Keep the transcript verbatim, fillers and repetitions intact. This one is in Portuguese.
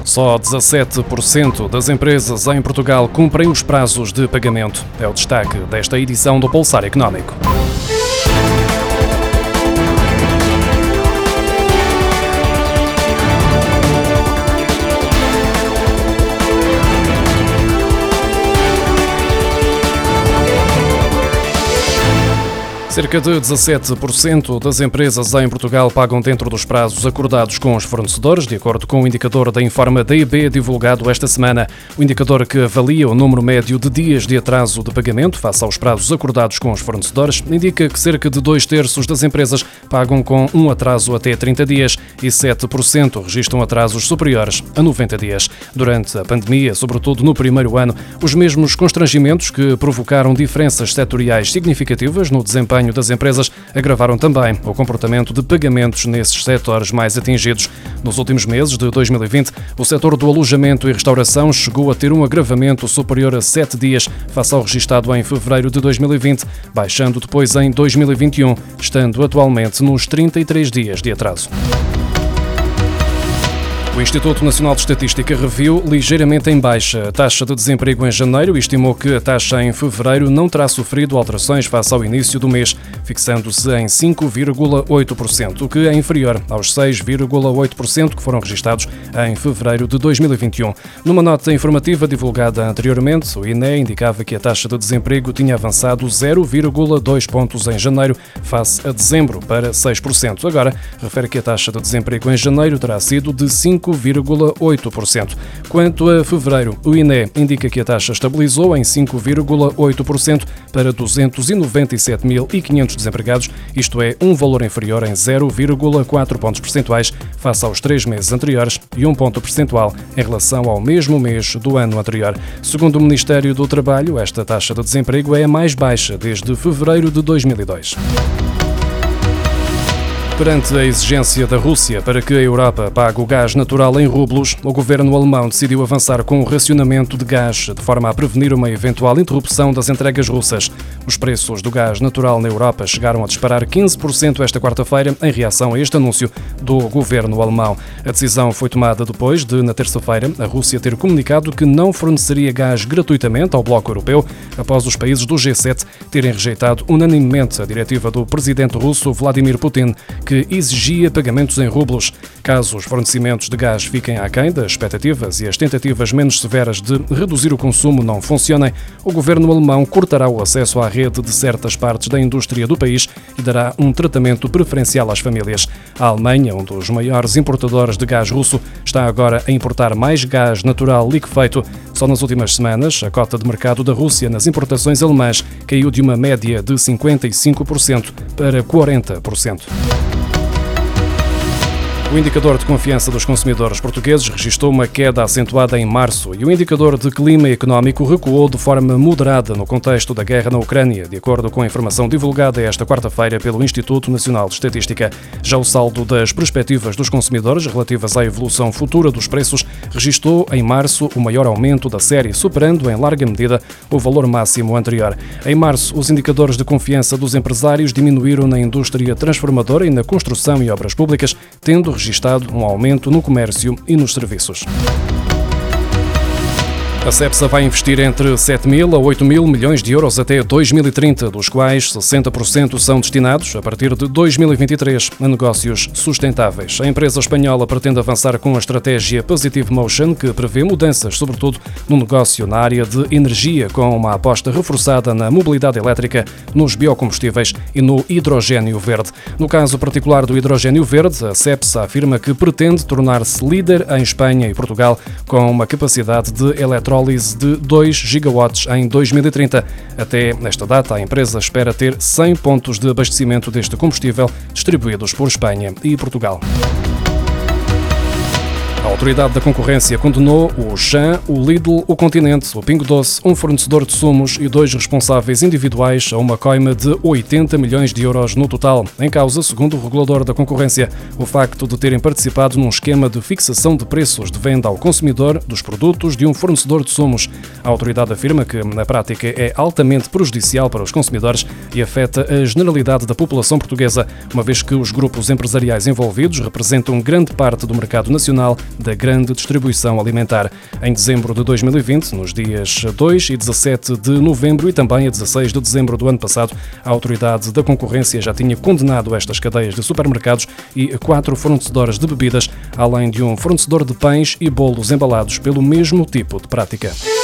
Só dezassete por cento das empresas em Portugal cumprem os prazos de pagamento. É o destaque desta edição do Pulsar Económico. Cerca de dezassete por cento das empresas em Portugal pagam dentro dos prazos acordados com os fornecedores, de acordo com o indicador da Informa D I B divulgado esta semana. O indicador que avalia o número médio de dias de atraso de pagamento face aos prazos acordados com os fornecedores indica que cerca de dois terços das empresas pagam com um atraso até trinta dias e sete por cento registram atrasos superiores a noventa dias. Durante a pandemia, sobretudo no primeiro ano, os mesmos constrangimentos que provocaram diferenças setoriais significativas no desempenho das empresas agravaram também o comportamento de pagamentos nesses setores mais atingidos. Nos últimos meses de dois mil e vinte, o setor do alojamento e restauração chegou a ter um agravamento superior a sete dias face ao registado em fevereiro de dois mil e vinte, baixando depois em dois mil e vinte e um, estando atualmente nos trinta e três dias de atraso. O Instituto Nacional de Estatística reviu ligeiramente em baixa a taxa de desemprego em janeiro e estimou que a taxa em fevereiro não terá sofrido alterações face ao início do mês, fixando-se em cinco vírgula oito por cento, o que é inferior aos seis vírgula oito por cento que foram registados em fevereiro de dois mil e vinte e um. Numa nota informativa divulgada anteriormente, o I N E indicava que a taxa de desemprego tinha avançado zero vírgula dois pontos em janeiro face a dezembro para seis por cento. Agora, refere que a taxa de desemprego em janeiro terá sido de cinco vírgula oito por cento. Quanto a fevereiro, o I N E indica que a taxa estabilizou em cinco vírgula oito por cento para duzentos e noventa e sete mil e quinhentos desempregados, isto é, um valor inferior em zero vírgula quatro pontos percentuais face aos três meses anteriores e um ponto percentual em relação ao mesmo mês do ano anterior. Segundo o Ministério do Trabalho, esta taxa de desemprego é a mais baixa desde fevereiro de dois mil e dois. Perante a exigência da Rússia para que a Europa pague o gás natural em rublos, o governo alemão decidiu avançar com o racionamento de gás, de forma a prevenir uma eventual interrupção das entregas russas. Os preços do gás natural na Europa chegaram a disparar quinze por cento esta quarta-feira, em reação a este anúncio do governo alemão. A decisão foi tomada depois de, na terça-feira, a Rússia ter comunicado que não forneceria gás gratuitamente ao bloco europeu, após os países do G sete terem rejeitado unanimemente a diretiva do presidente russo Vladimir Putin, que exigia pagamentos em rublos. Caso os fornecimentos de gás fiquem aquém das expectativas e as tentativas menos severas de reduzir o consumo não funcionem, o governo alemão cortará o acesso à rede de certas partes da indústria do país e dará um tratamento preferencial às famílias. A Alemanha, um dos maiores importadores de gás russo, está agora a importar mais gás natural liquefeito. Só nas últimas semanas, a cota de mercado da Rússia nas importações alemãs caiu de uma média de cinquenta e cinco por cento para quarenta por cento. O indicador de confiança dos consumidores portugueses registrou uma queda acentuada em março e o indicador de clima económico recuou de forma moderada no contexto da guerra na Ucrânia, de acordo com a informação divulgada esta quarta-feira pelo Instituto Nacional de Estatística. Já o saldo das perspectivas dos consumidores relativas à evolução futura dos preços registrou em março o maior aumento da série, superando em larga medida o valor máximo anterior. Em março, os indicadores de confiança dos empresários diminuíram na indústria transformadora e na construção e obras públicas, tendo registado um aumento no comércio e nos serviços. A Cepsa vai investir entre sete mil a oito mil milhões de euros até dois mil e trinta, dos quais sessenta por cento são destinados, a partir de dois mil e vinte e três, a negócios sustentáveis. A empresa espanhola pretende avançar com a estratégia Positive Motion, que prevê mudanças, sobretudo no negócio na área de energia, com uma aposta reforçada na mobilidade elétrica, nos biocombustíveis e no hidrogénio verde. No caso particular do hidrogénio verde, a Cepsa afirma que pretende tornar-se líder em Espanha e Portugal, com uma capacidade de eletrólise de dois gigawatts em dois mil e trinta. Até esta data, a empresa espera ter cem pontos de abastecimento deste combustível distribuídos por Espanha e Portugal. A Autoridade da Concorrência condenou o Auchan, o Lidl, o Continente, o Pingo Doce, um fornecedor de sumos e dois responsáveis individuais a uma coima de oitenta milhões de euros no total. Em causa, segundo o regulador da concorrência, o facto de terem participado num esquema de fixação de preços de venda ao consumidor dos produtos de um fornecedor de sumos. A autoridade afirma que, na prática, é altamente prejudicial para os consumidores e afeta a generalidade da população portuguesa, uma vez que os grupos empresariais envolvidos representam grande parte do mercado nacional da grande distribuição alimentar. Em dezembro de dois mil e vinte, nos dias dois e dezassete de novembro e também a dezasseis de dezembro do ano passado, a Autoridade da Concorrência já tinha condenado estas cadeias de supermercados e quatro fornecedores de bebidas, além de um fornecedor de pães e bolos embalados pelo mesmo tipo de prática.